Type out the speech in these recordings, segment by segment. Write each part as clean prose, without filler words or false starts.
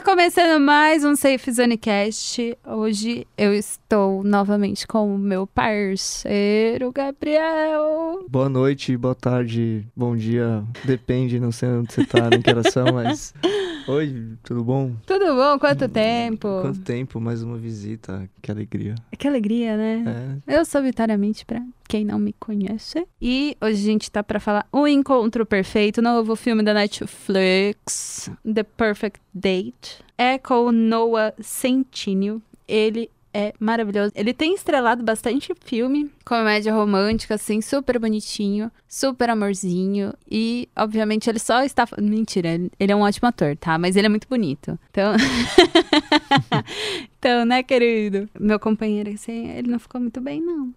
começando mais um Safe Zone Cast. Hoje eu estou novamente com o meu parceiro, Gabriel. Boa noite, boa tarde, bom dia. Depende, não sei onde você tá na interação, mas... Oi, tudo bom? Tudo bom? Quanto tempo? Quanto tempo? Mais uma visita. Que alegria. Que alegria, né? Eu sou Vitória Mint, pra quem não me conhece. E hoje a gente tá pra falar O Encontro Perfeito, novo filme da Netflix, The Perfect Date. É com o Noah Centineo. Ele é maravilhoso. Ele tem estrelado bastante filme, comédia romântica, assim, super bonitinho, super amorzinho. E, obviamente, ele só está... Mentira, ele é um ótimo ator, tá? Mas ele é muito bonito. Então... Então, né, querido? Meu companheiro, assim, ele não ficou muito bem, não.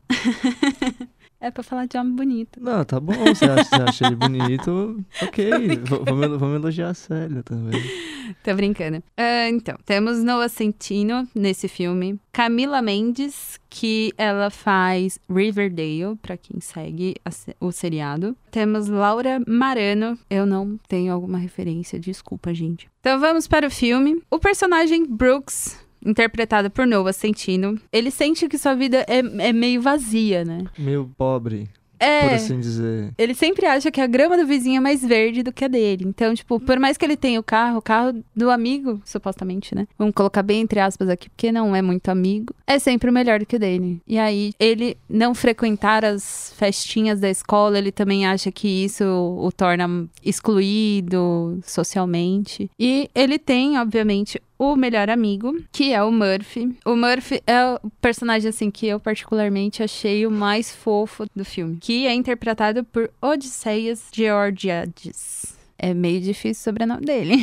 É pra falar de homem bonito. Não, tá bom. Você acha ele bonito, ok. Vamos elogiar a Célia também. Tô brincando. Então, temos Noah Centineo nesse filme. Camila Mendes, que ela faz Riverdale, pra quem segue o seriado. Temos Laura Marano. Eu não tenho alguma referência, desculpa, gente. Então, vamos para o filme. O personagem Brooks, interpretado por Noah Centineo, ele sente que sua vida é meio vazia, né? Meio pobre, por assim dizer. Ele sempre acha que a grama do vizinho é mais verde do que a dele. Então, tipo, por mais que ele tenha o carro do amigo, supostamente, né? Vamos colocar bem entre aspas aqui, porque não é muito amigo. É sempre o melhor do que o dele. E aí, ele não frequentar as festinhas da escola, ele também acha que isso o torna excluído socialmente. E ele tem, obviamente, o melhor amigo, que é o Murphy. O Murphy é o personagem, assim, que eu particularmente achei o mais fofo do filme. Que é interpretado por Odysseas Georgiades. É meio difícil o sobrenome dele.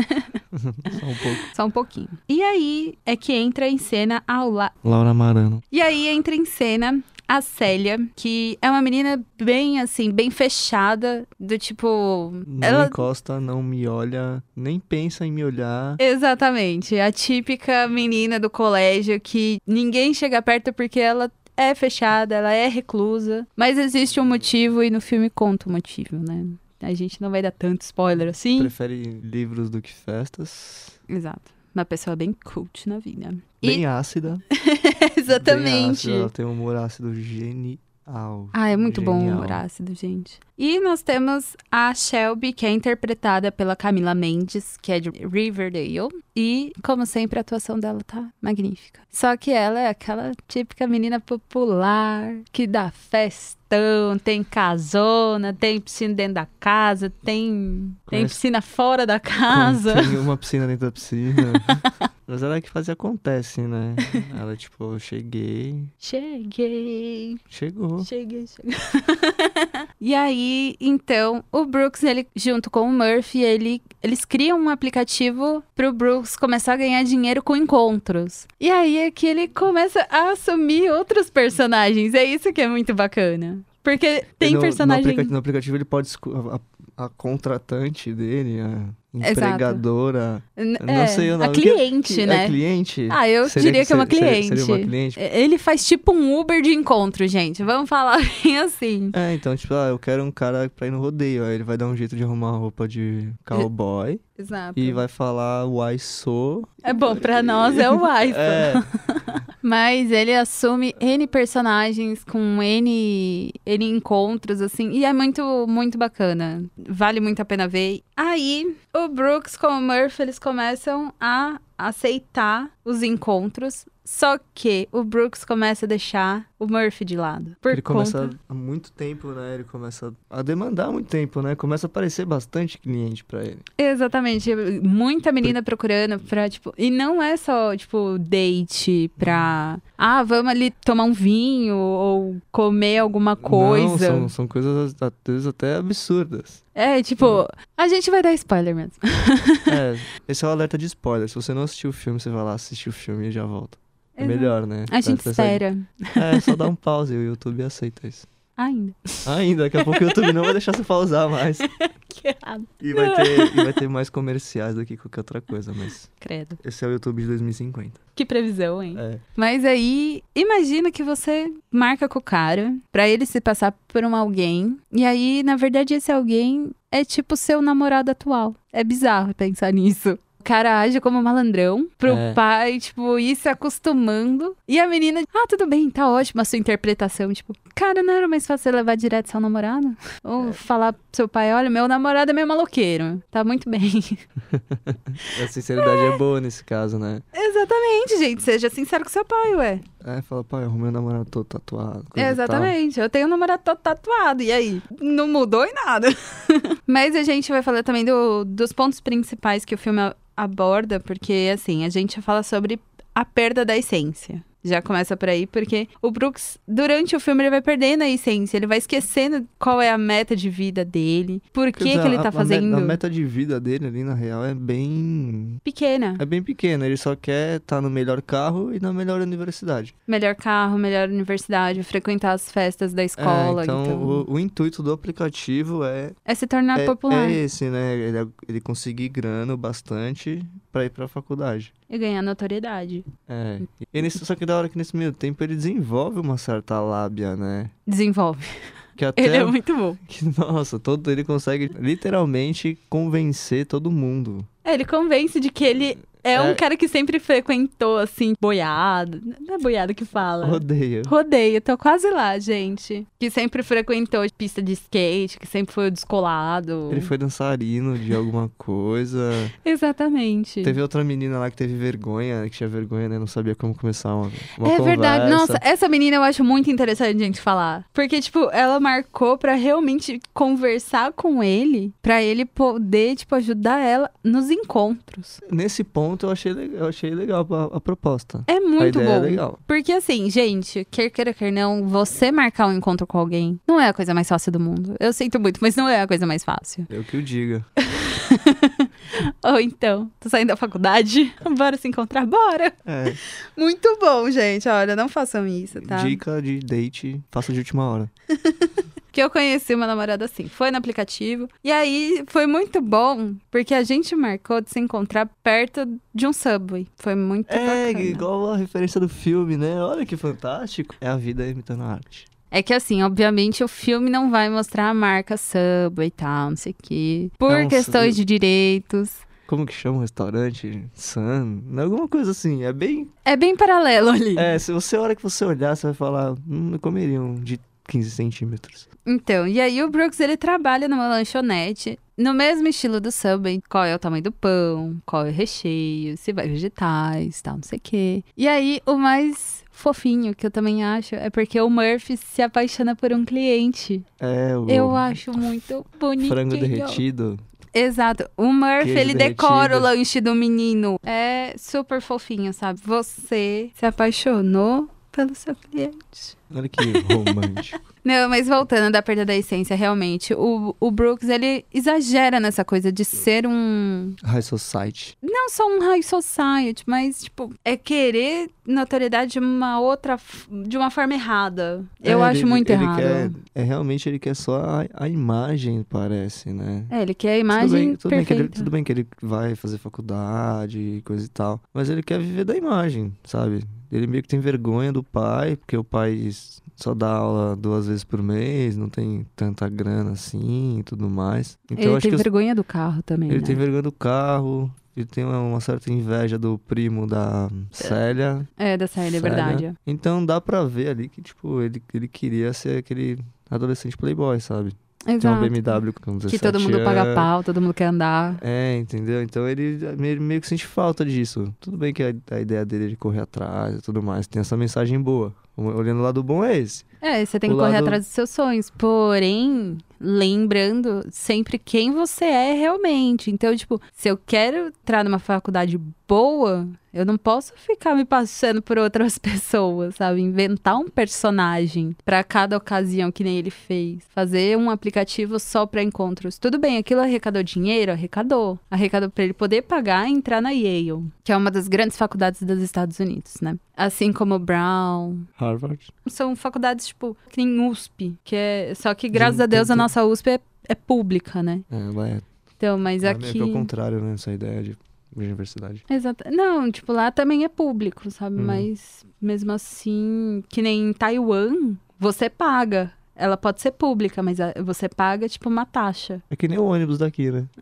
Só um pouco. Só um pouquinho. E aí é que entra em cena Laura Marano. E aí entra em cena a Célia, que é uma menina bem, assim, bem fechada, do tipo... Não encosta, não me olha, nem pensa em me olhar. Exatamente. A típica menina do colégio que ninguém chega perto porque ela é fechada, ela é reclusa. Mas existe um motivo e no filme conta o motivo, né? A gente não vai dar tanto spoiler assim. Prefere livros do que festas. Exato. Uma pessoa bem cult na vida. Bem ácida. Exatamente. Bem ácida, ela tem um humor ácido genial. Ah, é muito bom o humor ácido, gente. E nós temos a Shelby, que é interpretada pela Camila Mendes, que é de Riverdale. E, como sempre, a atuação dela tá magnífica. Só que ela é aquela típica menina popular, que dá festão, tem casona, tem piscina dentro da casa, tem piscina fora da casa. Tem uma piscina dentro da piscina. Mas ela é que fazia acontece, né? Ela, tipo, cheguei. Chegou. E aí, então, o Brooks, ele, junto com o Murphy, eles criam um aplicativo pro Brooks começar a ganhar dinheiro com encontros. E aí é que ele começa a assumir outros personagens. É isso que é muito bacana. Porque tem personagem... No aplicativo ele pode... A contratante dele, a empregadora... Não sei o nome. A cliente, né? É cliente? Ah, eu diria que é uma cliente. Seria uma cliente? Ele faz tipo um Uber de encontro, gente. Vamos falar bem assim. Então, tipo, eu quero um cara pra ir no rodeio. Aí ele vai dar um jeito de arrumar uma roupa de cowboy. Exato. E vai falar why so. É bom, pra nós é o why so. Mas ele assume N personagens com N encontros, assim. E é muito, muito bacana. Vale muito a pena ver. Aí, o Brooks com o Murphy, eles começam a aceitar os encontros. Só que o Brooks começa a deixar o Murphy de lado. Ele começa há muito tempo, né? Ele começa a demandar muito tempo, né? Começa a aparecer bastante cliente pra ele. Exatamente. Muita menina procurando pra, tipo... E não é só, tipo, date pra... Ah, vamos ali tomar um vinho ou comer alguma coisa. Não, são coisas, às vezes, até absurdas. É, tipo... A gente vai dar spoiler mesmo. Esse é o alerta de spoiler. Se você não assistiu o filme, você vai lá assistir o filme e já volta. É melhor, né? A gente espera. Só dá um pause e o YouTube aceita isso. Ainda. Daqui a pouco o YouTube não vai deixar você pausar mais. Que errado. E vai ter mais comerciais do que qualquer outra coisa, mas... Credo. Esse é o YouTube de 2050. Que previsão, hein? Mas aí, imagina que você marca com o cara pra ele se passar por alguém. E aí, na verdade, esse alguém é tipo seu namorado atual. É bizarro pensar nisso. cara age como malandrão pro É. pai, tipo, ir se acostumando. E a menina, tudo bem, tá ótima a sua interpretação. Tipo, cara, não era mais fácil você levar direto seu namorado? Ou falar pro seu pai, olha, meu namorado é meio maloqueiro. Tá muito bem. A sinceridade é boa nesse caso, né? Exatamente, gente. Seja sincero com seu pai, ué. Fala, pai, eu arrumei um namorado todo tatuado. coisa e Exatamente. Eu tenho um namorado todo tatuado. E aí? Não mudou em nada. Mas a gente vai falar também dos pontos principais que o filme aborda, porque, assim, a gente fala sobre a perda da essência. Já começa por aí, porque o Brooks, durante o filme, ele vai perdendo a essência. Ele vai esquecendo qual é a meta de vida dele. Por que ele tá fazendo. A meta de vida dele ali, na real, é bem... Pequena. É bem pequena. Ele só quer estar no melhor carro e na melhor universidade. Melhor carro, melhor universidade, frequentar as festas da escola. Então, o intuito do aplicativo é se tornar popular. É esse, né? Ele conseguir grana bastante pra ir pra faculdade. E ganhar notoriedade. Só que da hora que nesse meio tempo ele desenvolve uma certa lábia, né? Desenvolve. Que até Ele é muito bom. Nossa, ele consegue literalmente convencer todo mundo. Ele convence de que ele é um cara que sempre frequentou, assim, boiado. Não é boiado que fala. Rodeio, tô quase lá, gente. Que sempre frequentou pista de skate, que sempre foi o descolado. Ele foi dançarino de alguma coisa. Exatamente. Teve outra menina lá que teve vergonha, que tinha vergonha, né? Não sabia como começar uma conversa. Verdade. Nossa, essa menina eu acho muito interessante a gente falar. Porque, tipo, ela marcou pra realmente conversar com ele, pra ele poder, tipo, ajudar ela nos encontros. Nesse ponto eu achei legal a proposta. É muito bom. É legal. Porque assim, gente, quer queira, quer não, você marcar um encontro com alguém não é a coisa mais fácil do mundo. Eu sinto muito, mas não é a coisa mais fácil. Eu que o diga. Ou então, tô saindo da faculdade, bora se encontrar, bora! Muito bom, gente, olha, não façam isso, tá? Dica de date, faça de última hora. Que eu conheci uma namorada assim, foi no aplicativo. E aí, foi muito bom, porque a gente marcou de se encontrar perto de um Subway. Foi muito bacana. Igual a referência do filme, né? Olha que fantástico. É a vida imitando a arte. É que assim, obviamente, o filme não vai mostrar a marca Subway e tal, não sei o quê. Por questões de direitos. Como que chama o restaurante? Sun? Alguma coisa assim, é bem... É bem paralelo ali. Se você, a hora que você olhar, você vai falar, eu comeria um de 15 centímetros. Então, e aí o Brooks, ele trabalha numa lanchonete, no mesmo estilo do Subway. Qual é o tamanho do pão, qual é o recheio, se vai vegetais, tal, não sei o quê. E aí, o mais fofinho, que eu também acho, é porque o Murphy se apaixona por um cliente. Eu acho muito bonitinho. Frango derretido. Exato. O Murphy, Queijo ele decora o lanche do menino. É super fofinho, sabe? Você se apaixonou pelo seu cliente. Olha que romântico. Não, mas voltando da perda da essência, realmente, o Brooks, ele exagera nessa coisa de ser um... High society. Não só um high society, mas, tipo, é querer notoriedade de uma forma errada. Eu acho muito errado. Realmente ele quer só a imagem, parece, né? Ele quer a imagem perfeita. Tudo bem que ele vai fazer faculdade e coisa e tal, mas ele quer viver da imagem, sabe? Ele meio que tem vergonha do pai, porque o pai só dá aula 2 vezes por mês, não tem tanta grana assim e tudo mais. Então, ele tem vergonha do carro também, Ele tem vergonha do carro, ele tem uma certa inveja do primo da Célia. Da Célia, é verdade. Então dá pra ver ali que, tipo, ele queria ser aquele adolescente playboy, sabe? Exato. Tem uma BMW com 17 que todo mundo paga pau, todo mundo quer andar. Entendeu? Então ele meio que sente falta disso. Tudo bem que a ideia dele é de correr atrás e tudo mais. Tem essa mensagem boa. Olhando o lado bom é esse. Você tem que correr atrás dos seus sonhos. Porém, lembrando sempre quem você é realmente. Então, tipo, se eu quero entrar numa faculdade boa, eu não posso ficar me passando por outras pessoas, sabe? Inventar um personagem pra cada ocasião, que nem ele fez. Fazer um aplicativo só pra encontros. Tudo bem, aquilo arrecadou dinheiro? Arrecadou. Arrecadou pra ele poder pagar e entrar na Yale, que é uma das grandes faculdades dos Estados Unidos, né? Assim como Brown. Harvard. São faculdades, tipo, que nem USP, que é... Só que, graças a Deus, a nossa USP é pública, né? Ela é. Então, mas lá aqui... É meio que ao contrário, né? Essa ideia de universidade. Exato. Não, tipo, lá também é público, sabe? Mas, mesmo assim, que nem em Taiwan, você paga. Ela pode ser pública, mas você paga, tipo, uma taxa. É que nem o ônibus daqui, né?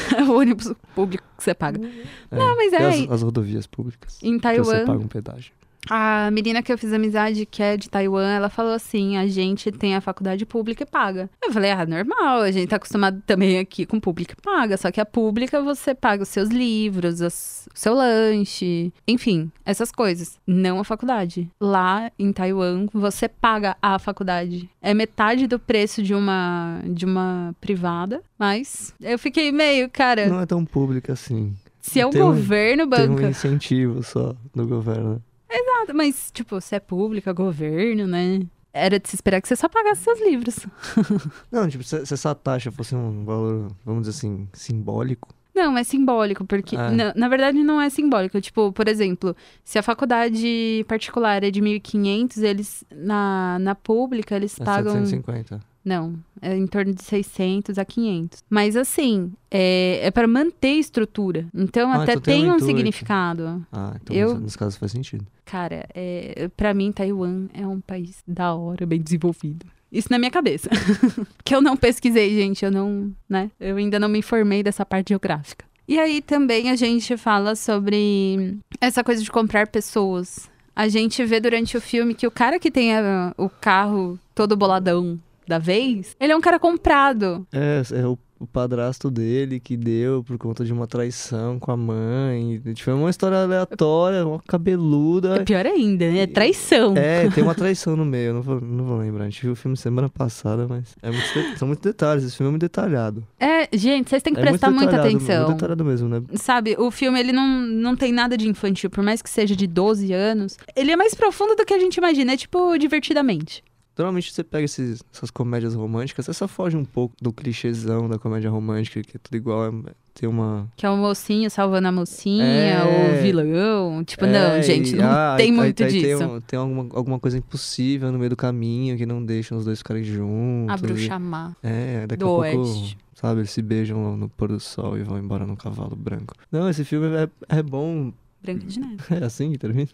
O ônibus público que você paga. Não, mas e as rodovias públicas. Em Que você Taiwan, paga um pedágio. a menina que eu fiz amizade, que é de Taiwan, ela falou assim, a gente tem a faculdade pública e paga. Eu falei, normal, a gente tá acostumado também aqui com pública e paga, só que a pública você paga os seus livros, o seu lanche, enfim, essas coisas. Não a faculdade. Lá em Taiwan, você paga a faculdade. É metade do preço de uma privada, mas eu fiquei meio, cara, Não é tão pública assim. se é o tem governo Tem um banca. incentivo só do governo. Mas, tipo, se é pública, governo, né? Era de se esperar que você só pagasse seus livros. Não, tipo, se essa taxa fosse um valor, vamos dizer assim, simbólico. Não, é simbólico, porque... Na verdade, não é simbólico. Tipo, por exemplo, se a faculdade particular é de 1.500, eles, na pública, eles É pagam... 750. Não, é em torno de 600 a 500. Mas, assim, é para manter estrutura. Então, até então tem tem um um intuito. significado. Então nesse caso faz sentido. Cara, pra mim, Taiwan é um país da hora, bem desenvolvido. Isso na minha cabeça. Que eu não pesquisei, gente. Eu não, né? Eu ainda não me informei dessa parte geográfica. E aí também a gente fala sobre essa coisa de comprar pessoas. A gente vê durante o filme que o cara que tem o carro todo boladão da vez, ele é um cara comprado. É o padrasto dele que deu por conta de uma traição com a mãe. Tipo, é uma história aleatória, uma cabeluda. É pior ainda, né? É traição. Tem uma traição no meio, eu não vou lembrar. A gente viu o filme semana passada, mas são muitos detalhes, esse filme é muito detalhado. Gente, vocês têm que prestar muita atenção. Muito detalhado mesmo, né? Sabe, o filme, ele não tem nada de infantil, por mais que seja de 12 anos. Ele é mais profundo do que a gente imagina, é tipo, divertidamente. Normalmente você pega essas comédias românticas, você só foge um pouco do clichêzão da comédia romântica, que é tudo igual, tem uma... Que é o mocinho salvando a mocinha, ou o vilão. Tipo, não, gente, não tem muito disso. Tem alguma coisa impossível no meio do caminho, que não deixam os dois ficarem juntos. A bruxa má. Daqui do a pouco, Oeste. sabe, eles se beijam no pôr do sol e vão embora no cavalo branco. Não, esse filme é bom... Branca de Neve. É assim que termina?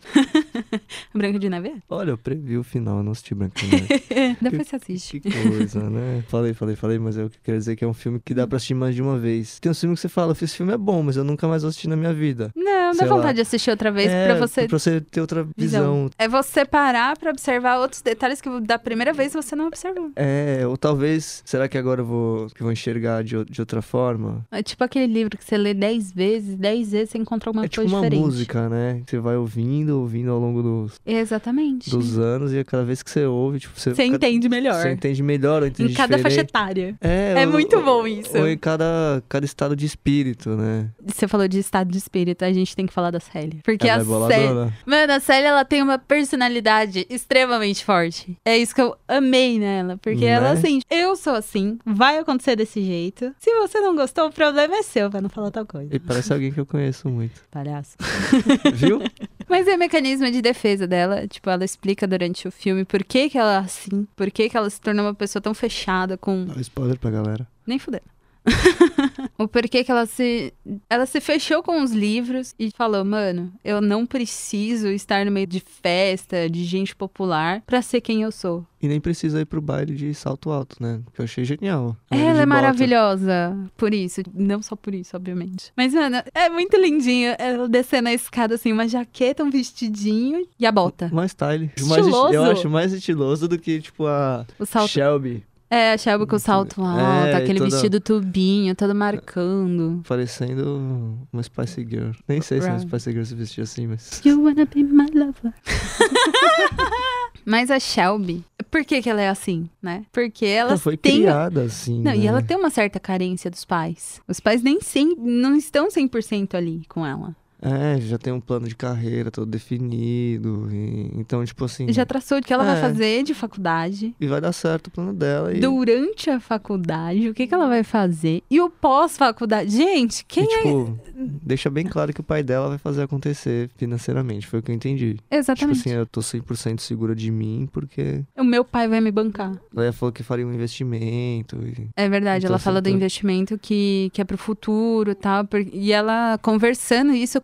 Branca de Neve é? Olha, eu previ o final, eu não assisti Branca de Neve. Depois você assiste. Que coisa, né? Falei, mas eu quero dizer que é um filme que dá pra assistir mais de uma vez. Tem um filme que você fala, esse filme é bom, mas eu nunca mais vou assistir na minha vida. Não, dá Sei vontade lá. de assistir outra vez pra você ter outra visão. É você parar pra observar outros detalhes que da primeira vez você não observou. Ou talvez, será que agora eu vou enxergar de outra forma? É tipo aquele livro que você lê 10 vezes você encontra alguma coisa tipo uma diferente. música, né? Você vai ouvindo ao longo Exatamente. dos anos e cada vez que você ouve, tipo, você entende melhor. Você entende melhor, ou entende em cada diferente. faixa etária. É muito bom isso. Ou em cada estado de espírito, né? Você falou de estado de espírito, a gente tem que falar da Célia. Porque Ela a é boladona. Mano, a Célia, ela tem uma personalidade extremamente forte. É isso que eu amei nela. Porque ela, assim, eu sou assim, vai acontecer desse jeito. Se você não gostou, o problema é seu, pra não falar tal coisa. E parece alguém que eu conheço muito. Palhaço. Viu? Mas é o mecanismo de defesa dela. Tipo, ela explica durante o filme por que ela é assim. Por que ela se tornou uma pessoa tão fechada com... Dá spoiler pra galera. Nem fudendo. O porquê que ela se fechou com os livros e falou, mano, eu não preciso estar no meio de festa, de gente popular pra ser quem eu sou. E nem precisa ir pro baile de salto alto, né? Que eu achei genial. Ela é maravilhosa por isso. Não só por isso, obviamente. Mas, mano, é muito lindinho ela descendo a escada, assim, uma jaqueta, um vestidinho e a bota. Mais style. Estiloso. Eu acho mais estiloso do que, tipo, O salto. Shelby. A Shelby com o salto alto, aquele vestido tubinho, todo marcando. Parecendo uma Spice Girl. Nem sei se uma Spice Girl se vestia assim, mas... You wanna be my lover. Mas a Shelby, por que ela é assim, né? Porque ela foi criada assim, Não, né? e ela tem uma certa carência dos pais. Os pais nem não estão 100% ali com ela. Já tem um plano de carreira todo definido. Então, tipo assim... Já traçou o que ela vai fazer de faculdade. E vai dar certo o plano dela. Durante a faculdade, o que ela vai fazer. E o pós-faculdade. Gente, quem deixa bem claro que o pai dela vai fazer acontecer financeiramente. Foi o que eu entendi. Exatamente. Tipo assim, eu tô 100% segura de mim, porque... O meu pai vai me bancar. Ela falou que faria um investimento. É verdade, então, ela fala do investimento que é pro futuro e tal. E ela conversando isso com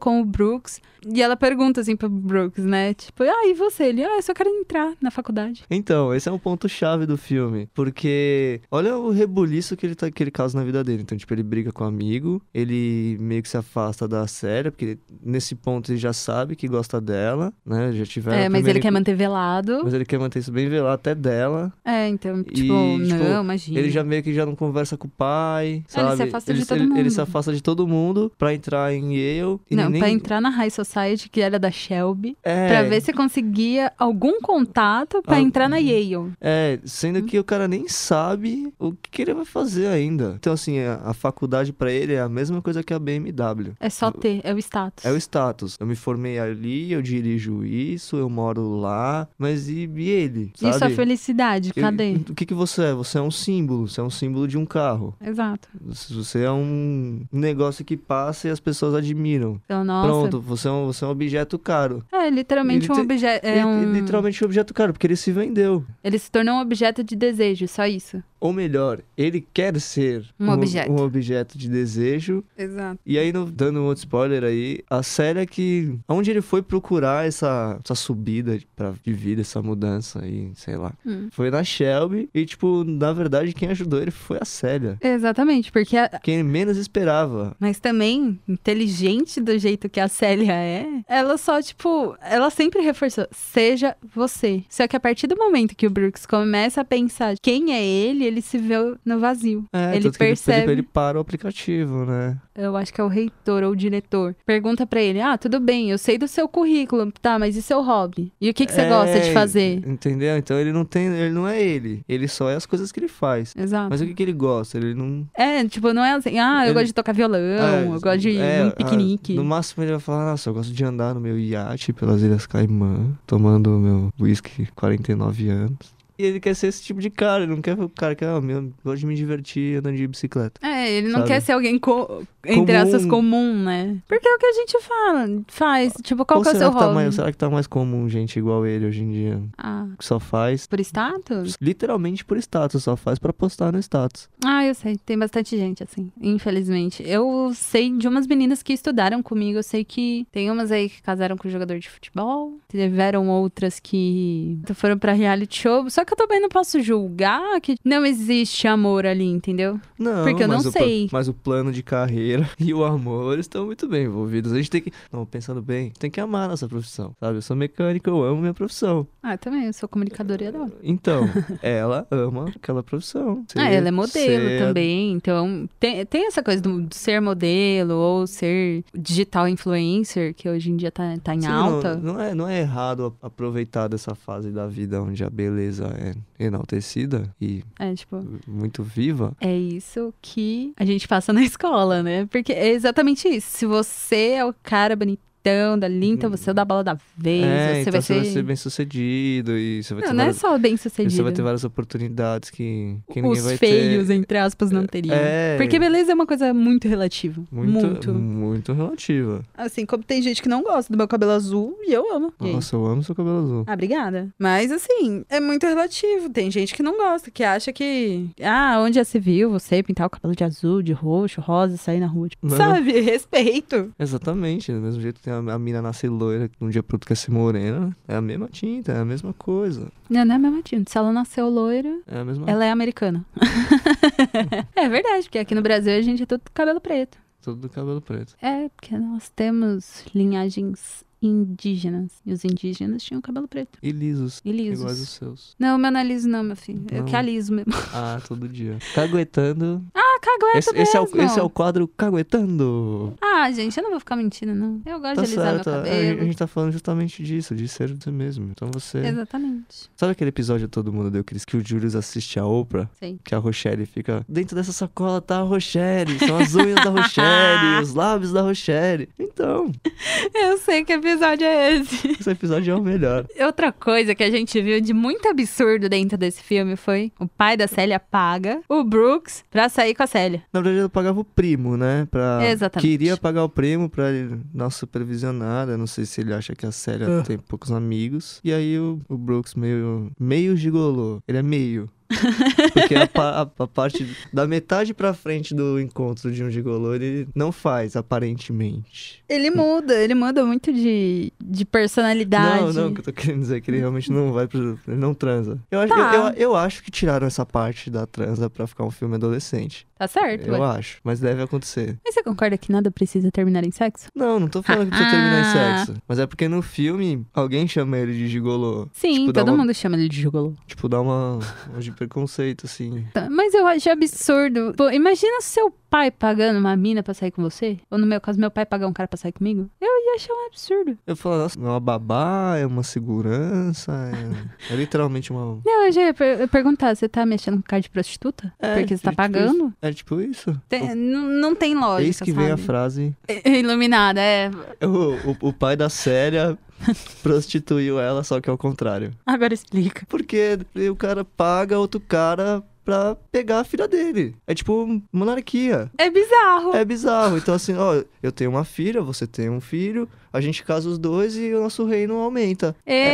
com o Brooks. E ela pergunta assim pro Brooks, né? Tipo, e você? Ele, eu só quero entrar na faculdade. Então, esse é um ponto-chave do filme. Porque olha o rebuliço que ele causa na vida dele. Então, tipo, ele briga com um amigo, ele meio que se afasta da série, porque nesse ponto ele já sabe que gosta dela, né? Já tiveram Mas ele quer manter velado. Mas ele quer manter isso bem velado até dela. Então, tipo, não, imagina. Ele já meio que já não conversa com o pai, sabe? Ele se afasta de todo mundo. Ele se afasta de todo mundo pra entrar em Yale. Pra entrar na High Society, que era da Shelby, pra ver se conseguia algum contato pra entrar na Yale. Sendo que o cara nem sabe o que ele vai fazer ainda. Então, assim, a faculdade pra ele é a mesma coisa que a BMW. É só ter, é o status. É o status. Eu me formei ali, eu dirijo isso, eu moro lá, mas e ele, sabe? E sua felicidade, cadê? O que você é? Você é um símbolo, você é um símbolo de um carro. Exato. Você é um negócio que passa e as pessoas admiram. Então, nossa. Pronto, você é um objeto caro. Literalmente um objeto. Literalmente um objeto caro, porque ele se vendeu. Ele se tornou um objeto de desejo, só isso. Ou melhor, ele quer ser um objeto de desejo. Exato. E aí, dando um outro spoiler aí, a série é que onde ele foi procurar essa subida de vida, essa mudança aí, sei lá. Foi na Shelby e, tipo, na verdade, quem ajudou ele foi a Célia. Exatamente, porque... Quem menos esperava. Mas também, inteligente do jeito que a Célia ela só, tipo, ela sempre reforçou, seja você. Só que a partir do momento que o Brooks começa a pensar quem é ele se vê no vazio. Ele percebe. Ele para o aplicativo, né? Eu acho que é o reitor ou o diretor. Pergunta pra ele, tudo bem, eu sei do seu currículo, tá, mas e seu hobby? E o que você gosta de fazer? Entendeu? Então ele não é ele. Ele só é as coisas que ele faz. Exato. Mas o que ele gosta? Ele não... tipo, não é assim, eu gosto de tocar violão, eu gosto de um piquenique. No máximo ele vai falar, nossa, eu gosto de andar no meu iate pelas Ilhas Caimã, tomando meu whisky 49 anos. E ele quer ser esse tipo de cara, ele não quer o cara que, gosta de me divertir andando de bicicleta. Ele não quer ser alguém, entre aspas, comum, né? Porque é o que a gente faz. Tipo, qual que é o seu hobby? Será que tá mais comum gente igual ele hoje em dia? Que só faz... Por status? Literalmente por status, só faz pra postar no status. Eu sei, tem bastante gente assim, infelizmente. Eu sei de umas meninas que estudaram comigo, eu sei que tem umas aí que casaram com jogador de futebol, tiveram outras que foram pra reality show, só que eu também não posso julgar que não existe amor ali, entendeu? Não, porque eu não sei. Mas o plano de carreira e o amor estão muito bem envolvidos. A gente tem que... Não, pensando bem, tem que amar a nossa profissão, sabe? Eu sou mecânico, eu amo minha profissão. Também, eu sou comunicadora e adoro. Então, ela ama aquela profissão. Ela é modelo também, então tem essa coisa do ser modelo ou ser digital influencer, que hoje em dia tá em alta. Não é errado aproveitar dessa fase da vida onde a beleza é enaltecida e muito viva. É isso que a gente passa na escola, né? Porque é exatamente isso. Se você é o cara bonitão da linda, você é o da bola da vez, você vai ser bem sucedido e você vai ter não é só bem sucedido. Você vai ter várias oportunidades que ninguém vai ter. Os feios, entre aspas, não teriam. Porque beleza é uma coisa muito relativa. Muito relativa. Assim, como tem gente que não gosta do meu cabelo azul e eu amo. Nossa, eu amo seu cabelo azul. Obrigada. Mas assim, é muito relativo. Tem gente que não gosta, que acha que... onde já se viu você pintar o cabelo de azul, de roxo, rosa, sair na rua? Tipo, sabe? Respeito. Exatamente. Do mesmo jeito que a mina nasce loira, que de um dia pro outro quer ser morena. É a mesma tinta, é a mesma coisa. Não é a mesma tinta. Se ela nasceu loira, ela é americana. É verdade, porque aqui no Brasil a gente é todo cabelo preto. Tudo do cabelo preto. Porque nós temos linhagens indígenas. E os indígenas tinham cabelo preto. E lisos. Iguais os seus. Não, meu não é liso não, meu filho. Eu que aliso mesmo. Todo dia. Caguetando. Cagueta mesmo. Esse é o quadro Caguetando. Gente, eu não vou ficar mentindo, não. Eu gosto de alisar meu cabelo. A gente tá falando justamente disso, de ser você mesmo. Então você... Exatamente. Sabe aquele episódio Todo Mundo Deu Cris, que o Julius assiste a Oprah? Sim. Que a Rochelle fica... Dentro dessa sacola tá a Rochelle. São as unhas da Rochelle, os lábios da Rochelle. Então... Eu sei que episódio é esse. Esse episódio é o melhor. Outra coisa que a gente viu de muito absurdo dentro desse filme foi o pai da Célia paga o Brooks pra sair com a Célia. Na verdade, ele pagava o primo, né? Exatamente. Queria pagar o primo pra ele dar uma supervisionada. Não sei se ele acha que a Célia tem poucos amigos. E aí o Brooks meio gigolô. Ele é meio. Porque a parte da metade pra frente do encontro de um gigolô, ele não faz, aparentemente. Ele muda muito de personalidade. Não, o que eu tô querendo dizer é que ele realmente não vai pro... Ele não transa. Tá. Eu acho que tiraram essa parte da transa pra ficar um filme adolescente. Tá certo, Eu ué. acho, mas deve acontecer. Mas você concorda que nada precisa terminar em sexo? Não tô falando que precisa terminar em sexo. Mas é porque no filme, alguém chama ele de gigolô. Sim, Tipo, dá todo uma- mundo chama ele de gigolô. Tipo, dá uma de preconceito, assim. Tá, mas eu acho absurdo. Pô, imagina seu pai pagando uma mina pra sair com você. Ou no meu caso, meu pai pagar um cara pra sair comigo. Eu ia achar um absurdo. Eu falo, nossa, é uma babá, é uma segurança, é literalmente uma... Não, eu já ia perguntar, você tá mexendo com cara de prostituta? Porque você tá tipo pagando? isso. É tipo isso. Não tem lógica, Eis que sabe? vem a frase. Iluminada, é. O pai da Célia prostituiu ela, só que ao contrário. Agora explica. Porque o cara paga outro cara pra pegar a filha dele. É tipo monarquia. É bizarro. É bizarro. Então, assim, ó, eu tenho uma filha, você tem um filho, a gente casa os dois e o nosso reino aumenta.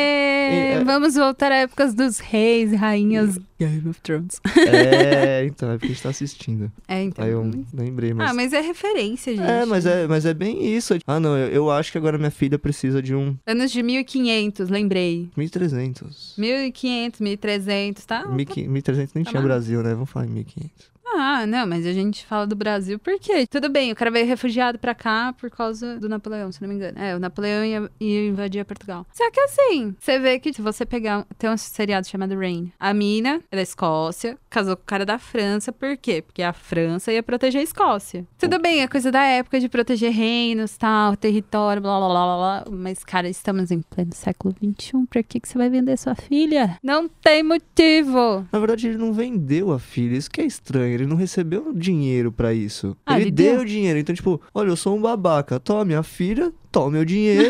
Vamos voltar a épocas dos reis e rainhas Game of Thrones. Então, é porque a gente tá assistindo. Então. Aí eu lembrei, mas... Ah, mas é referência, gente. Mas é bem isso. Ah, não, eu acho que agora minha filha precisa de um Anos de 1500, lembrei. 1.300. 1500, 1300, tá? 1.300 nem Tá tinha bom. Brasil, né? Vamos falar em 1.500. Ah, não, mas a gente fala do Brasil por quê? Tudo bem, o cara veio refugiado pra cá por causa do Napoleão, se não me engano. O Napoleão ia invadir Portugal. Só que assim, você vê que se você pegar... Tem um seriado chamado Rain. A mina é da Escócia, casou com o cara da França. Por quê? Porque a França ia proteger a Escócia. Tudo bem, é coisa da época de proteger reinos, tal, território, blá, blá, blá, blá, blá. Mas, cara, estamos em pleno século XXI. Por que você vai vender sua filha? Não tem motivo. Na verdade, ele não vendeu a filha, isso que é estranho. Ele não recebeu dinheiro pra isso. Ah, ele ele deu deu? dinheiro. Então, tipo, olha, eu sou um babaca. Toma minha filha, toma meu dinheiro.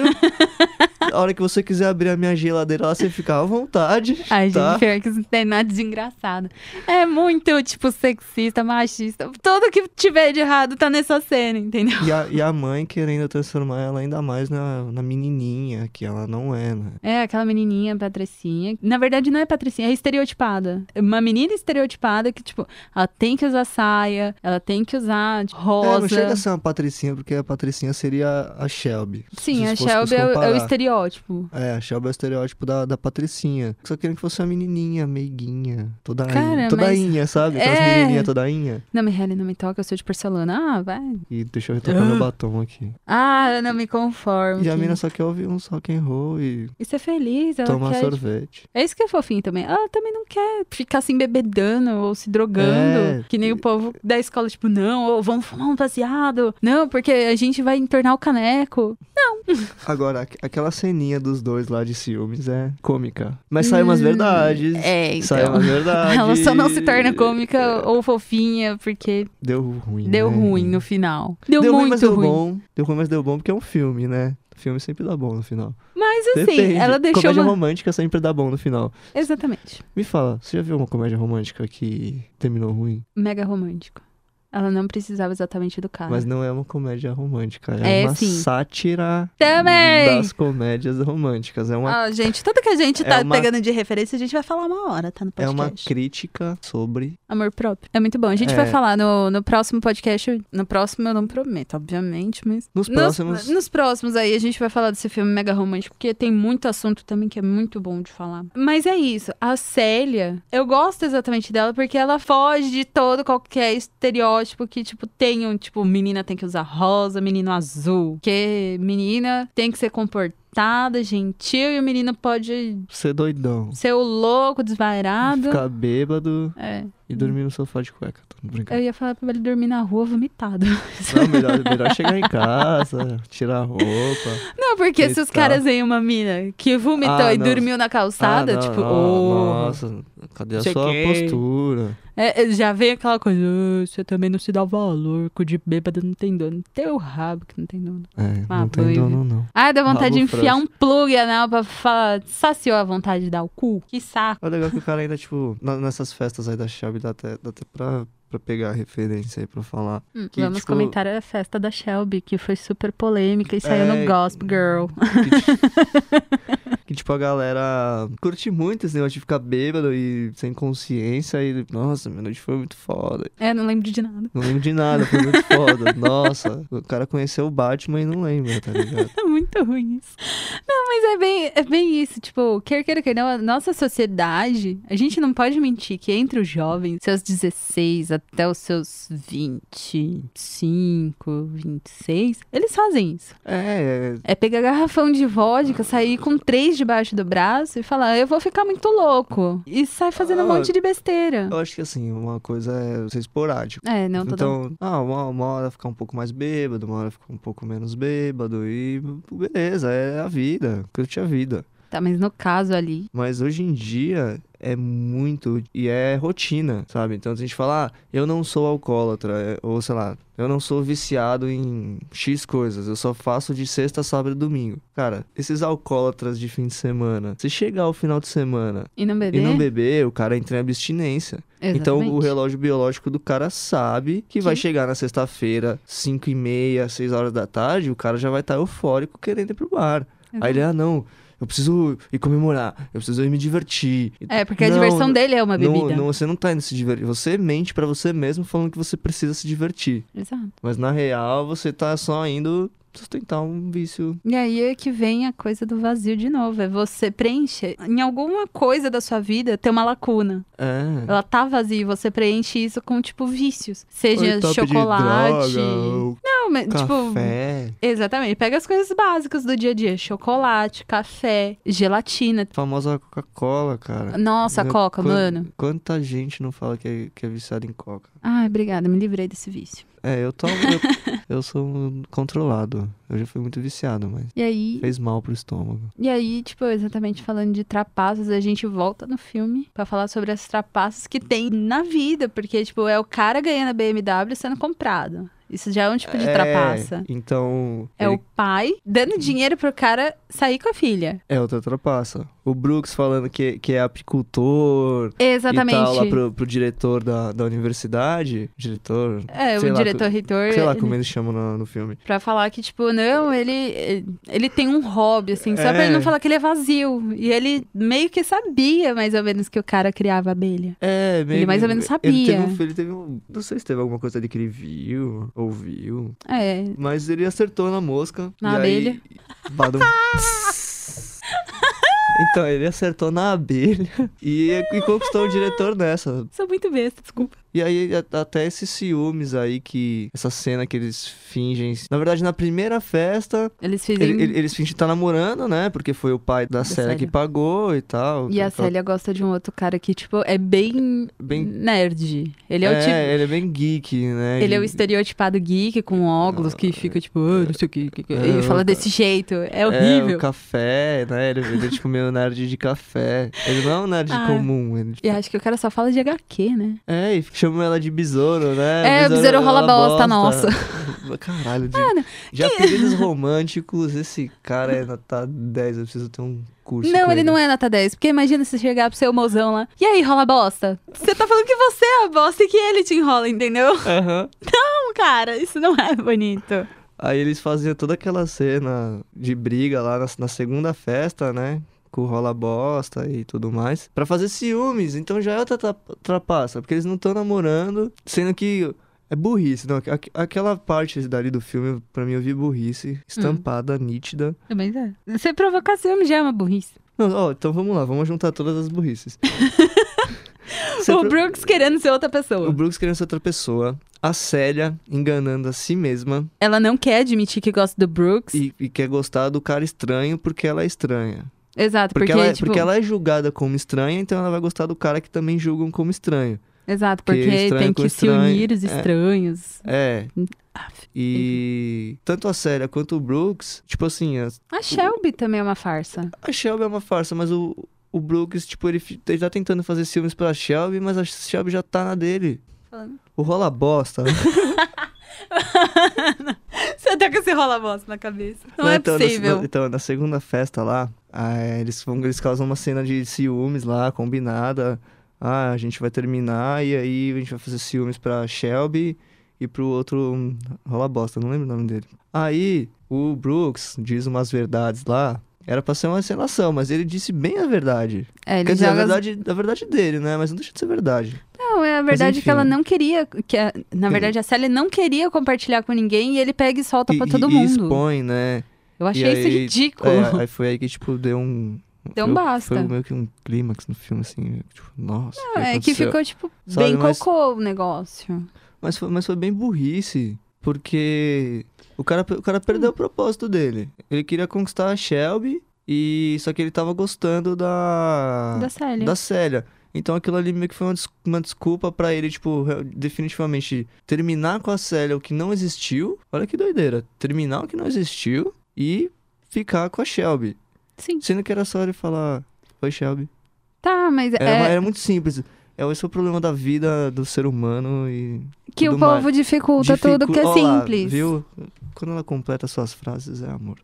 A hora que você quiser abrir a minha geladeira lá, você fica à vontade. Ai, tá? gente, pior que isso não tem nada de engraçado. É muito, tipo, sexista, machista. Tudo que tiver de errado tá nessa cena, entendeu? E a mãe querendo transformar ela ainda mais na menininha, que ela não é, né? É, aquela menininha, Patricinha. Na verdade, não é Patricinha, é estereotipada. É uma menina estereotipada que, tipo, ela tem que usar saia, ela tem que usar rosa. Não chega a ser uma patricinha, porque a patricinha seria a Shelby. Sim, Se a fosse Shelby é o comparar. estereótipo. A Shelby é o estereótipo da patricinha. Só querendo que fosse uma menininha, meiguinha, Cara, todainha, sabe? Aquelas é. menininhas todainha. Não me rele, não me toca, eu sou de porcelana. Ah, vai. E deixa eu retocar meu batom aqui. Ah, eu não me conformo. E a que- mina só quer ouvir um rock and roll e E ser feliz, ela tomar quer... sorvete. É isso que é fofinho também. Ela também não quer ficar se embebedando ou se drogando. É. Que nem o povo da escola, tipo, não, ou vamos fumar um baseado. Não, porque a gente vai entornar o caneco. Agora, aquela ceninha dos dois lá de ciúmes é cômica. Mas sai umas verdades. É, Sai então. umas verdades. Ela só não se torna cômica ou fofinha porque Deu ruim. deu né? ruim no final. Deu Deu ruim, muito mas deu ruim. bom. Deu ruim, mas deu bom porque é um filme, né? O filme sempre dá bom no final. Mas assim, Depende. ela deixou Comédia uma... romântica sempre dá bom no final. Exatamente. Me fala, você já viu uma comédia romântica que terminou ruim? Mega romântico. Ela não precisava exatamente do cara. Mas não é uma comédia romântica. É, É uma sim. sátira Também! das comédias românticas. É uma, Ah, gente, tudo que a gente tá É uma- pegando de referência, a gente vai falar uma hora, tá no é podcast. uma crítica sobre... Amor próprio. É muito bom. A gente É. vai falar no próximo podcast. No próximo eu não prometo, obviamente, mas... Nos próximos... Nos próximos aí a gente vai falar desse filme mega romântico, porque tem muito assunto também que é muito bom de falar. Mas é isso. A Célia, eu gosto exatamente dela porque ela foge de todo qualquer estereótipo que, tipo, tenham, tipo, menina tem que usar rosa, menino azul. Porque menina tem que ser comportada, gentil, e o menino pode Ser doidão. ser o louco, desvairado. Ficar bêbado É. e dormir no sofá de cueca. Tô brincando. Eu ia falar pra ele dormir na rua vomitado. Não, melhor chegar em casa, tirar a roupa. Não, porque se os Eita. caras veem uma mina que vomitou Ah, e não. dormiu na calçada, não, tipo, não, ô. Nossa, cadê a Cheguei. sua postura? Já vem aquela coisa, "Ah, você também não se dá valor, cu de bêbado não tem dono. Teu rabo que não tem dono. Não tem banho. dono, não. Ah, dá vontade de Rabo enfiar frouxo. um plug anal pra falar, saciou a vontade de dar o cu? Que saco. É legal que o cara ainda, tipo, nessas festas aí da Shelby, dá até pra pegar a referência aí pra falar. Que, Vamos tipo, comentar a festa da Shelby, que foi super polêmica e saiu É, no Gossip Girl. que, tipo, a galera curte muito esse negócio de ficar bêbado e sem consciência e, nossa, minha noite foi muito foda. Não lembro de nada. Não lembro de nada, foi muito foda. Nossa, o cara conheceu o Batman e não lembra, tá ligado? É muito ruim isso. Não, mas é bem isso. Tipo, quer queira, quer não, a nossa sociedade, a gente não pode mentir que entre os jovens, seus 16 até os seus 25, 26, eles fazem isso. É pegar garrafão de vodka, sair com 3 debaixo do braço e falar, eu vou ficar muito louco. E sai fazendo um monte de besteira. Eu acho que assim, uma coisa é ser esporádico. Não, Então, uma hora ficar um pouco mais bêbado, uma hora ficar um pouco menos bêbado e beleza, é a vida, curte a vida. Tá, mas no caso ali... Mas hoje em dia é muito, e é rotina, sabe? Então a gente fala, eu não sou alcoólatra, ou sei lá, eu não sou viciado em X coisas, eu só faço de sexta, sábado e domingo. Cara, esses alcoólatras de fim de semana, se chegar ao final de semana E não beber, o cara entra em abstinência. Exatamente. Então o relógio biológico do cara sabe que vai chegar na sexta-feira, 5h30, 6 horas da tarde, o cara já vai estar eufórico querendo ir pro bar. Aí ele, não... Eu preciso ir comemorar, eu preciso ir me divertir. Porque a diversão dele é uma bebida. Você não tá indo se divertir. Você mente pra você mesmo falando que você precisa se divertir. Exato. Mas na real, você tá só indo sustentar um vício. E aí é que vem a coisa do vazio de novo. É você preenche. Em alguma coisa da sua vida tem uma lacuna. Ela tá vazia e você preenche isso com, tipo, vícios. Seja chocolate. De droga, não, mas, café. Tipo. Exatamente. Pega as coisas básicas do dia a dia: chocolate, café, gelatina. A famosa Coca-Cola, cara. Nossa, a Coca, mano. Quanta gente não fala que é viciada em Coca? Ai, obrigada, me livrei desse vício. Eu sou controlado. Eu já fui muito viciado, mas e aí, fez mal pro estômago. E aí, tipo, exatamente falando de trapaças, a gente volta no filme pra falar sobre as trapaças que tem na vida. Porque, tipo, é o cara ganhando a BMW sendo comprado. Isso já é um tipo de trapaça. Então... o pai dando dinheiro pro cara sair com a filha. É outra trapaça. O Brooks falando que é apicultor. Exatamente. E tal, lá pro diretor da universidade. Diretor... o diretor-reitor. Sei lá como eles chamam no filme. Pra falar que, tipo, não, ele tem um hobby, assim. Só pra ele não falar que ele é vazio. E ele meio que sabia, mais ou menos, que o cara criava abelha. Meio, ele mais ou menos sabia. Ele teve não sei se teve alguma coisa ali que ele viu, ouviu. É. Mas ele acertou na mosca. Na abelha. Aí, então, ele acertou na abelha e conquistou o diretor nessa. Sou muito besta, desculpa. E aí, até esses ciúmes aí essa cena que eles fingem... Na verdade, na primeira festa... Eles fingem estar namorando, né? Porque foi o pai da Célia que pagou e tal. E a Célia gosta de um outro cara que, tipo, é bem nerd. Ele é o tipo... ele é bem geek, né? Ele é o estereotipado geek com óculos que fica, tipo... não sei o que. Ele fala desse jeito. É horrível. O café, né? Ele é, tipo, meio nerd de café. Ele não é um nerd comum. Ele, tipo... E acho que o cara só fala de HQ, né? E chama ela de besouro, né? O besouro rola bosta, nossa. Caralho, de apelidos românticos, esse cara é nota 10, eu preciso ter um curso. Não, ele não é nota 10, porque imagina se chegar pro seu mozão lá, e aí, rola bosta? Você tá falando que você é a bosta e que ele te enrola, entendeu? Não, cara, isso não é bonito. Aí eles faziam toda aquela cena de briga lá na segunda festa, né? Com rola bosta e tudo mais, pra fazer ciúmes. Então já é outra trapaça, porque eles não estão namorando, sendo que é burrice. Não, aquela parte dali do filme, pra mim, eu vi burrice, estampada, nítida. Mas é. Você provocar ciúme já é uma burrice. Não, então vamos lá, vamos juntar todas as burrices. Brooks querendo ser outra pessoa. O Brooks querendo ser outra pessoa. A Célia enganando a si mesma. Ela não quer admitir que gosta do Brooks. E quer gostar do cara estranho porque ela é estranha. Exato, porque ela é julgada como estranha, então ela vai gostar do cara que também julgam como estranho. Exato, porque tem que se unir os estranhos. E tanto a Célia quanto o Brooks, tipo assim... A Shelby também é uma farsa. A Shelby é uma farsa, mas o Brooks, tipo, ele tá tentando fazer ciúmes pra Shelby, mas a Shelby já tá na dele. Falando. O rola bosta. Você tá com esse rola bosta na cabeça. Não é possível. Então, na segunda festa lá, eles causam uma cena de ciúmes lá, combinada. A gente vai terminar e aí a gente vai fazer ciúmes pra Shelby e pro outro rola bosta, não lembro o nome dele. Aí o Brooks diz umas verdades lá Era pra ser uma encenação, mas ele disse bem a verdade. É, ele Quer dizer, joga a verdade dele, né? Mas não deixa de ser verdade. Não, é a verdade que ela enfim. não queria. Na verdade, a Sally não queria compartilhar com ninguém e ele pega e solta pra todo E mundo. expõe, né? Eu achei isso aí, ridículo. Aí foi aí que, tipo, deu um... Deu um basta. Foi meio que um clímax no filme, assim. Tipo, nossa, o que É que aconteceu? ficou, tipo, Sabe, bem mas- cocô o negócio. Mas foi bem burrice, porque o cara perdeu o propósito dele. Ele queria conquistar a Shelby, só que ele tava gostando Da Sally. da Célia. Então aquilo ali meio que foi uma desculpa pra ele, tipo, definitivamente terminar com a Célia o que não existiu. Olha que doideira. Terminar o que não existiu e ficar com a Shelby. Sim. Sendo que era só ele falar, oi, Shelby. Tá, mas Era muito simples. Esse é o problema da vida do ser humano e que o tudo mais. povo dificulta tudo que é Ó lá, simples. viu? Quando ela completa suas frases, é amor.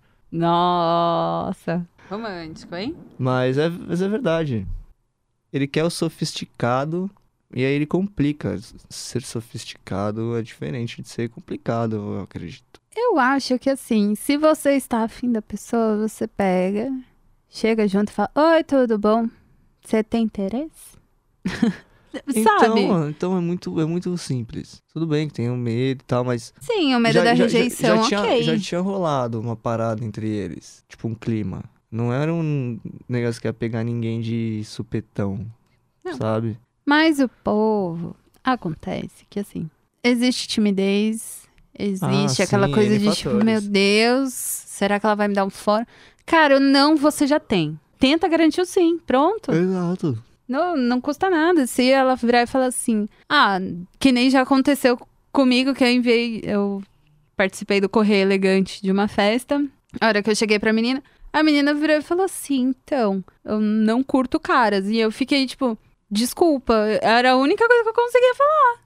Nossa. Romântico, hein? Mas é verdade. Ele quer o sofisticado e aí ele complica. Ser sofisticado é diferente de ser complicado, eu acredito. Eu acho que assim, se você está afim da pessoa, você pega, chega junto e fala: Oi, tudo bom? Você tem interesse? Sabe? Então é muito simples. Tudo bem que tem um medo e tal, mas Sim, o medo da rejeição, ok. já tinha rolado uma parada entre eles. Tipo, um clima. Não era um negócio que ia pegar ninguém de supetão, Não. sabe? Mas o povo, acontece que assim, existe timidez, existe aquela sim, coisa N de tipo, fatores. meu Deus, será que ela vai me dar um fora? Cara, o não você já tem. Tenta garantir o sim, pronto. Exato. Não custa nada. Se ela virar e falar assim, que nem já aconteceu comigo, que eu participei do Correio Elegante de uma festa. A hora que eu cheguei pra menina, a menina virou e falou assim, então, eu não curto caras. E eu fiquei tipo, desculpa, era a única coisa que eu conseguia falar.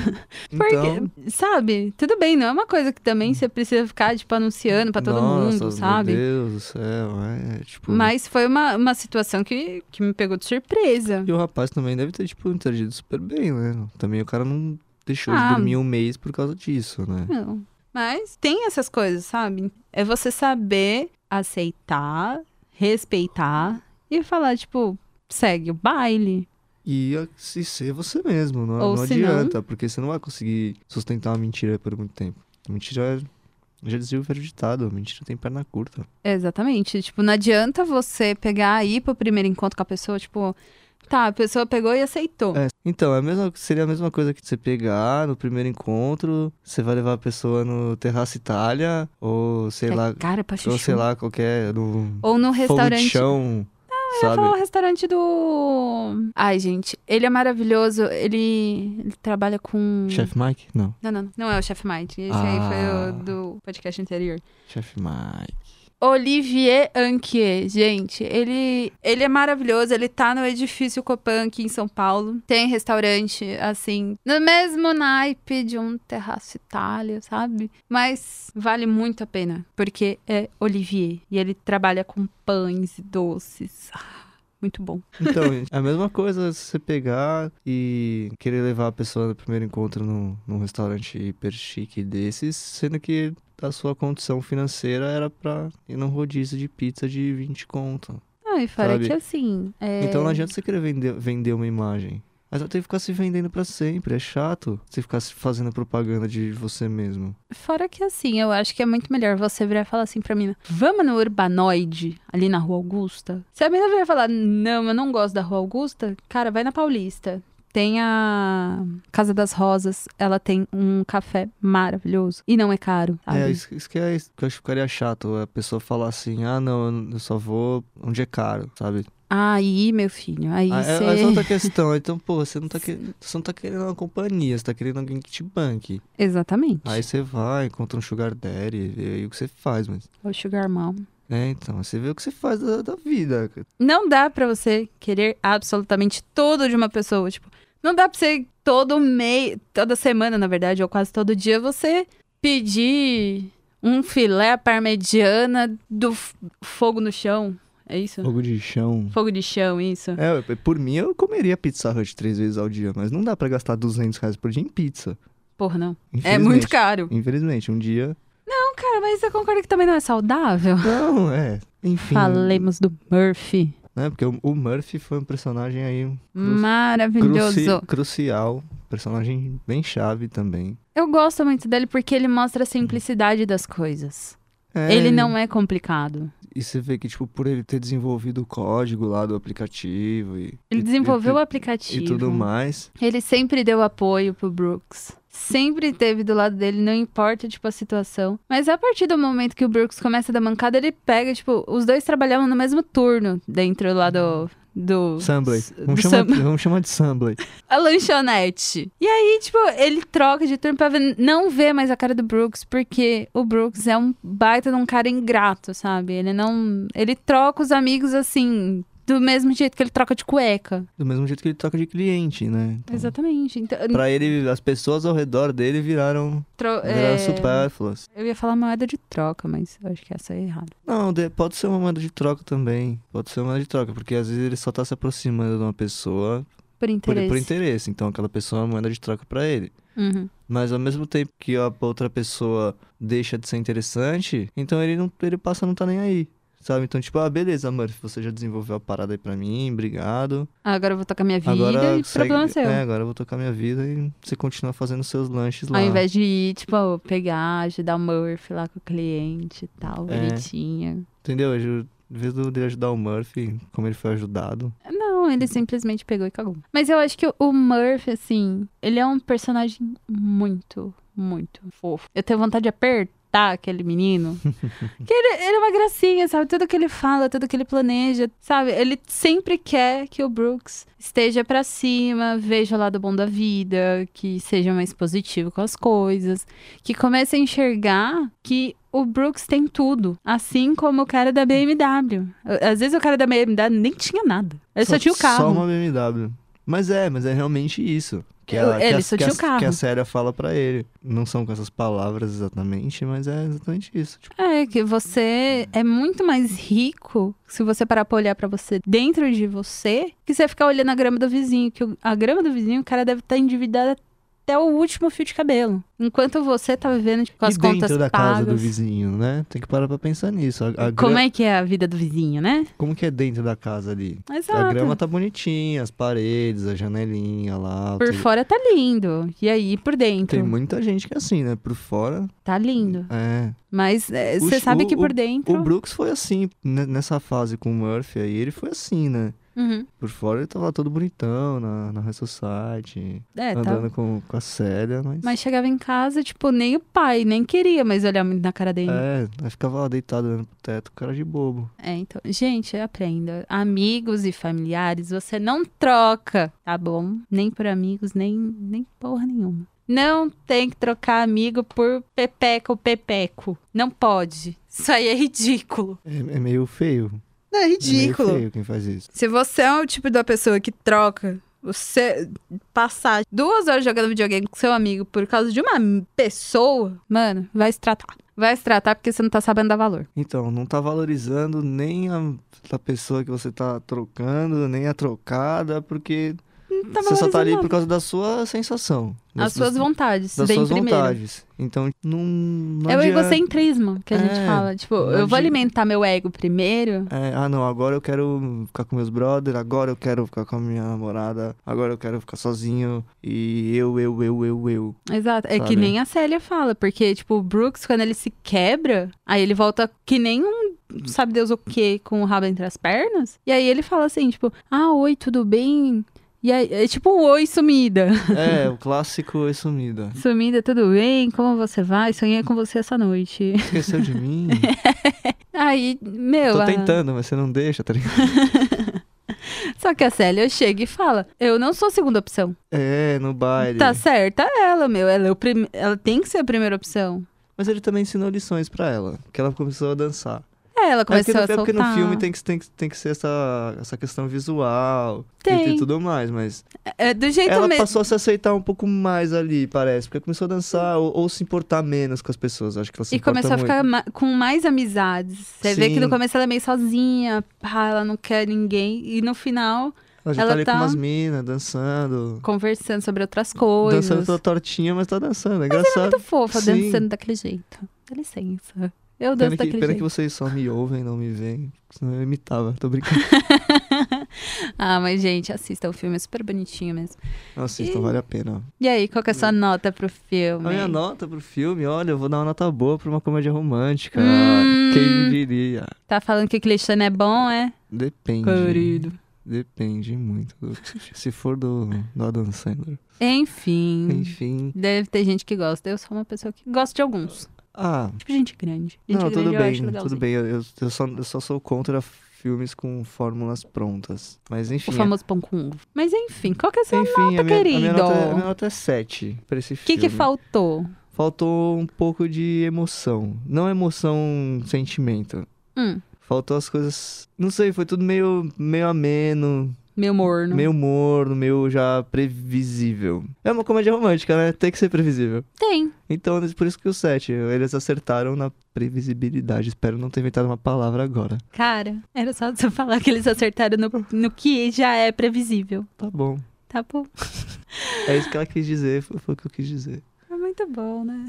Então, Porque, sabe, tudo bem, não é uma coisa que também você precisa ficar, tipo, anunciando pra todo mundo, nossa, sabe? Meu Deus do céu, tipo... Mas foi uma situação que me pegou de surpresa. E o rapaz também deve ter, tipo, interagido super bem, né? Também o cara não deixou de Ah. dormir um mês por causa disso, né? Não. Mas tem essas coisas, sabe? É você saber aceitar, respeitar e falar, tipo, segue o baile. E se ser você mesmo, não, Ou não se não- adianta, porque você não vai conseguir sustentar uma mentira por muito tempo. A mentira, já dizia o velho ditado, a mentira tem perna curta. Exatamente. Tipo, não adianta você pegar e ir pro primeiro encontro com a pessoa, tipo, tá, a pessoa pegou e aceitou. Então, seria a mesma coisa que você pegar no primeiro encontro, você vai levar a pessoa no Terraço Itália, ou sei lá, Cara, pra chuchu. ou sei lá, qualquer, no Ou no fogo de restaurante. chão, Eu ia sabe? falar o restaurante do... Ai, gente, ele é maravilhoso. Ele trabalha com... Chef Mike? Não. Não é o Chef Mike. Esse aí foi Ah. o do podcast anterior. Chef Mike. Olivier Anquier, gente, ele é maravilhoso, ele tá no edifício Copan aqui em São Paulo, tem restaurante, assim, no mesmo naipe de um Terraço Itália, sabe? Mas vale muito a pena, porque é Olivier, e ele trabalha com pães e doces, muito bom. Então, gente, é a mesma coisa se você pegar e querer levar a pessoa no primeiro encontro num restaurante hiper chique desses, sendo que a sua condição financeira era pra ir num rodízio de pizza de 20 conto. E fora Sabe? que assim, Então não adianta você querer vender uma imagem. Mas vai ter que ficar se vendendo pra sempre. É chato você ficar fazendo propaganda de você mesmo. Fora que assim, eu acho que é muito melhor você virar e falar assim pra mina, vamos no Urbanoide, ali na Rua Augusta? Se a mina virar e falar, não, eu não gosto da Rua Augusta, cara, vai na Paulista. Tem a Casa das Rosas, ela tem um café maravilhoso e não é caro, sabe? Isso que eu acho que ficaria chato. A pessoa falar assim, não, eu só vou onde é caro, sabe? Aí, meu filho, aí Essa é você... outra questão. Então, pô, você não tá querendo uma companhia, você tá querendo alguém que te banque. Exatamente. Aí você vai, encontra um sugar daddy, vê aí o que você faz, mas... O Sugar Mom. Então, você vê o que você faz da vida. Não dá pra você querer absolutamente tudo de uma pessoa, tipo, não dá pra você toda semana, na verdade, ou quase todo dia, você pedir um filé à parmegiana do fogo no chão. É isso? Fogo de chão. Fogo de chão, isso. Por mim, eu comeria Pizza Hut 3 vezes ao dia, mas não dá pra gastar R$200 por dia em pizza. Porra, não. É Infelizmente. muito caro. Infelizmente, um dia... Cara, mas você concorda que também não é saudável? Não, enfim. Falemos do Murphy. Né? Porque o Murphy foi um personagem aí Maravilhoso. crucial. Personagem bem chave também. Eu gosto muito dele porque ele mostra a simplicidade das coisas. Ele não é complicado. E você vê que, tipo, por ele ter desenvolvido o código lá do aplicativo Ele desenvolveu o aplicativo. E tudo mais. Ele sempre deu apoio pro Brooks. Sempre esteve do lado dele, não importa, tipo, a situação. Mas a partir do momento que o Brooks começa a dar mancada, ele pega, tipo, os dois trabalhavam no mesmo turno dentro lá do Sambley. Vamos chamar de Sambley. A lanchonete. E aí, tipo, ele troca de turno pra não ver mais a cara do Brooks, porque o Brooks é um baita de um cara ingrato, sabe? Ele troca os amigos assim, do mesmo jeito que ele troca de cueca. Do mesmo jeito que ele troca de cliente, né? Então, exatamente. Então, pra ele, as pessoas ao redor dele viraram supérfluas. Eu ia falar moeda de troca, mas eu acho que essa é errada. Não, pode ser uma moeda de troca também. Pode ser uma moeda de troca, porque às vezes ele só tá se aproximando de uma pessoa por interesse. Por interesse. Então aquela pessoa é uma moeda de troca pra ele. Uhum. Mas ao mesmo tempo que a outra pessoa deixa de ser interessante, então ele passa a não tá nem aí. Sabe? Então, tipo, beleza, Murphy, você já desenvolveu a parada aí pra mim, obrigado. Agora eu vou tocar minha vida e o problema é seu. Agora eu vou tocar minha vida e você continua fazendo seus lanches lá. Ao invés de ir, tipo, pegar, ajudar o Murphy lá com o cliente e tal, bonitinha. Entendeu? Em vez de ajudar o Murphy, como ele foi ajudado. Não, ele simplesmente pegou e cagou. Mas eu acho que o Murphy, assim, ele é um personagem muito, muito fofo. Eu tenho vontade de apertar aquele menino. Que ele é uma gracinha, sabe? Tudo que ele fala, tudo que ele planeja, sabe? Ele sempre quer que o Brooks esteja pra cima, veja o lado bom da vida, que seja mais positivo com as coisas, que comece a enxergar que o Brooks tem tudo, assim como o cara da BMW. Às vezes o cara da BMW nem tinha nada. Ele só tinha o carro. Só uma BMW. Mas é realmente isso. Ele só tinha o carro. Que a Célia fala pra ele. Não são com essas palavras exatamente, mas é exatamente isso. Tipo. Que você é muito mais rico se você parar pra olhar pra você dentro de você, que você ficar olhando a grama do vizinho. Que a grama do vizinho, o cara deve estar endividado até o último fio de cabelo. Enquanto você tá vivendo tipo, com as contas pagas. Dentro da casa do vizinho, né? Tem que parar pra pensar nisso. Como é que é a vida do vizinho, né? Como que é dentro da casa ali? Exato. A grama tá bonitinha, as paredes, a janelinha lá. Por fora tá lindo. E aí, por dentro? Tem muita gente que é assim, né? Por fora... Tá lindo. É. Mas você sabe que por dentro... O Brooks foi assim, nessa fase com o Murphy aí, ele foi assim, né? Uhum. Por fora ele tava todo bonitão na High Society, andando com a Célia, mas chegava em casa, tipo, nem o pai, nem queria mais olhar muito na cara dele. Aí ficava lá deitado olhando pro teto, cara de bobo. Então, gente, aprenda. Amigos e familiares, você não troca, tá bom? Nem por amigos, nem porra nenhuma. Não tem que trocar amigo por pepeco. Não pode. Isso aí é ridículo. É meio feio. É ridículo. É meio feio quem faz isso. Se você é o tipo da pessoa que troca, você passar 2 horas jogando videogame com seu amigo por causa de uma pessoa, mano, vai se tratar. Vai se tratar porque você não tá sabendo dar valor. Então, não tá valorizando nem a pessoa que você tá trocando, nem a trocada, porque... Tá você só tá ali por causa da sua sensação. As suas vontades. Das suas primeiro. vontades. Então, não é adianta... o egocentrismo que a gente fala. Tipo, eu vou alimentar meu ego primeiro. Não, agora eu quero ficar com meus brothers, agora eu quero ficar com a minha namorada, agora eu quero ficar sozinho. E eu. Exato. Sabe? É que nem a Célia fala. Porque, tipo, o Brooks, quando ele se quebra, aí ele volta que nem sabe Deus o quê, com o rabo entre as pernas. E aí ele fala assim, tipo, oi, tudo bem? E aí, é tipo um oi, sumida. O clássico oi, sumida. Sumida, tudo bem? Como você vai? Sonhei com você essa noite. Esqueceu de mim? Aí, meu... Tô tentando, mas você não deixa, tá ligado? Só que a Célia chega e fala, eu não sou segunda opção. No baile. Tá certa ela, meu. Ela tem que ser a primeira opção. Mas ele também ensinou lições pra ela, que ela começou a dançar. Ela começou a soltar. Porque no filme tem que ser essa questão visual e tudo mais, mas... do jeito ela mesmo. passou a se aceitar um pouco mais ali, parece, porque começou a dançar ou se importar menos com as pessoas, acho que ela se importa começou muito. a ficar com mais amizades. Você vê que no começo ela é meio sozinha, ela não quer ninguém, e no final... Ela já tá ali com umas minas, dançando. Conversando sobre outras coisas. Dançando toda tortinha, mas tá dançando, é mas engraçado. é muito fofa dançando daquele jeito. Dá licença. Eu danço daquele Pena jeito. que vocês só me ouvem, não me veem. Senão eu imitava, tô brincando. Ah, mas gente, assista o filme, é super bonitinho mesmo. Assistam, vale a pena. E aí, qual que é a sua nota pro filme? A minha nota pro filme, olha, eu vou dar uma nota boa pra uma comédia romântica. Hum. Quem diria? Tá falando que aquele Xana é bom, é? Depende. Querido. Depende muito. Se for do Adam Sandler. Enfim. Enfim. Deve ter gente que gosta. Eu sou uma pessoa que gosta de alguns. Ah, Tipo gente grande. Gente não, grande tudo eu acho bem, legalzinho. tudo bem. Eu só sou contra filmes com fórmulas prontas. Mas enfim. O famoso pão com ovo. Mas enfim, qual que é a sua Enfim, nota, querido? a minha nota é 7 pra esse O filme. que faltou? Faltou um pouco de emoção. Não emoção, sentimento. Faltou as coisas... Não sei, foi tudo meio ameno. Meio morno. Meio morno, meio já previsível. É uma comédia romântica, né? Tem que ser previsível. Tem. Então, por isso que o 7. Eles acertaram na previsibilidade. Espero não ter inventado uma palavra agora. Cara, era só você falar que eles acertaram no que já é previsível. Tá bom. Tá bom. É isso que ela quis dizer, foi o que eu quis dizer. É muito bom, né?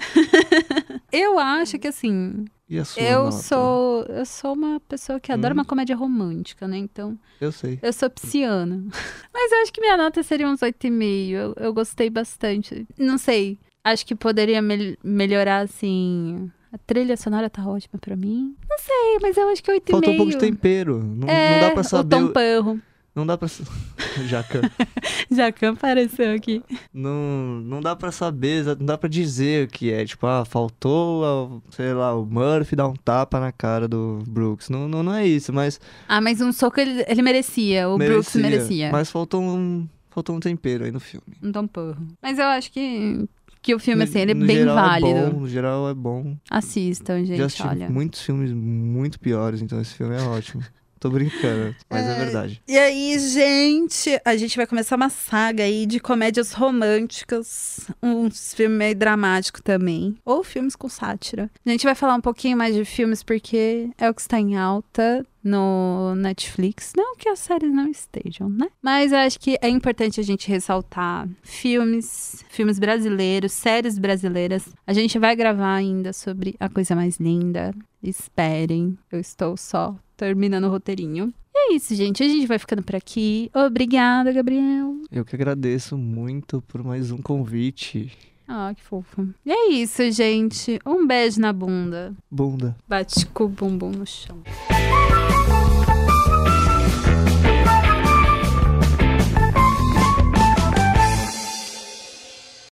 Eu acho que assim... E a sua Eu nota? sou uma pessoa que adora uma comédia romântica, né? Então, Eu sei. eu sou pisciana. Mas eu acho que minha nota seria uns 8,5. Eu gostei bastante. Não sei. Acho que poderia melhorar, assim... A trilha sonora tá ótima pra mim. Não sei, mas eu acho que 8,5. Faltou um pouco de tempero. Não dá pra saber... o Tom Perro. Não dá pra... Jacan. Jacan apareceu aqui. Não dá pra saber, não dá pra dizer o que é. Tipo, faltou, sei lá, o Murphy dar um tapa na cara do Brooks. Não é isso, mas... Mas um soco ele merecia. O Brooks merecia. Mas faltou um tempero aí no filme. Um Tom Perro. Mas eu acho que o filme, assim, ele é No bem geral válido. É bom, no geral é bom. Assistam, gente, Já assisti olha. muitos filmes muito piores, então esse filme é ótimo. Tô brincando, mas é verdade. E aí, gente, a gente vai começar uma saga aí de comédias românticas, uns filmes meio dramáticos também, ou filmes com sátira. A gente vai falar um pouquinho mais de filmes porque é o que está em alta no Netflix. Não que as séries não estejam, né? Mas eu acho que é importante a gente ressaltar filmes brasileiros, séries brasileiras. A gente vai gravar ainda sobre A Coisa Mais Linda. Esperem, eu estou só terminando o roteirinho. E é isso, gente. A gente vai ficando por aqui. Obrigada, Gabriel. Eu que agradeço muito por mais um convite. Ah, que fofo. E é isso, gente. Um beijo na bunda. Bunda. Bate com o bumbum no chão.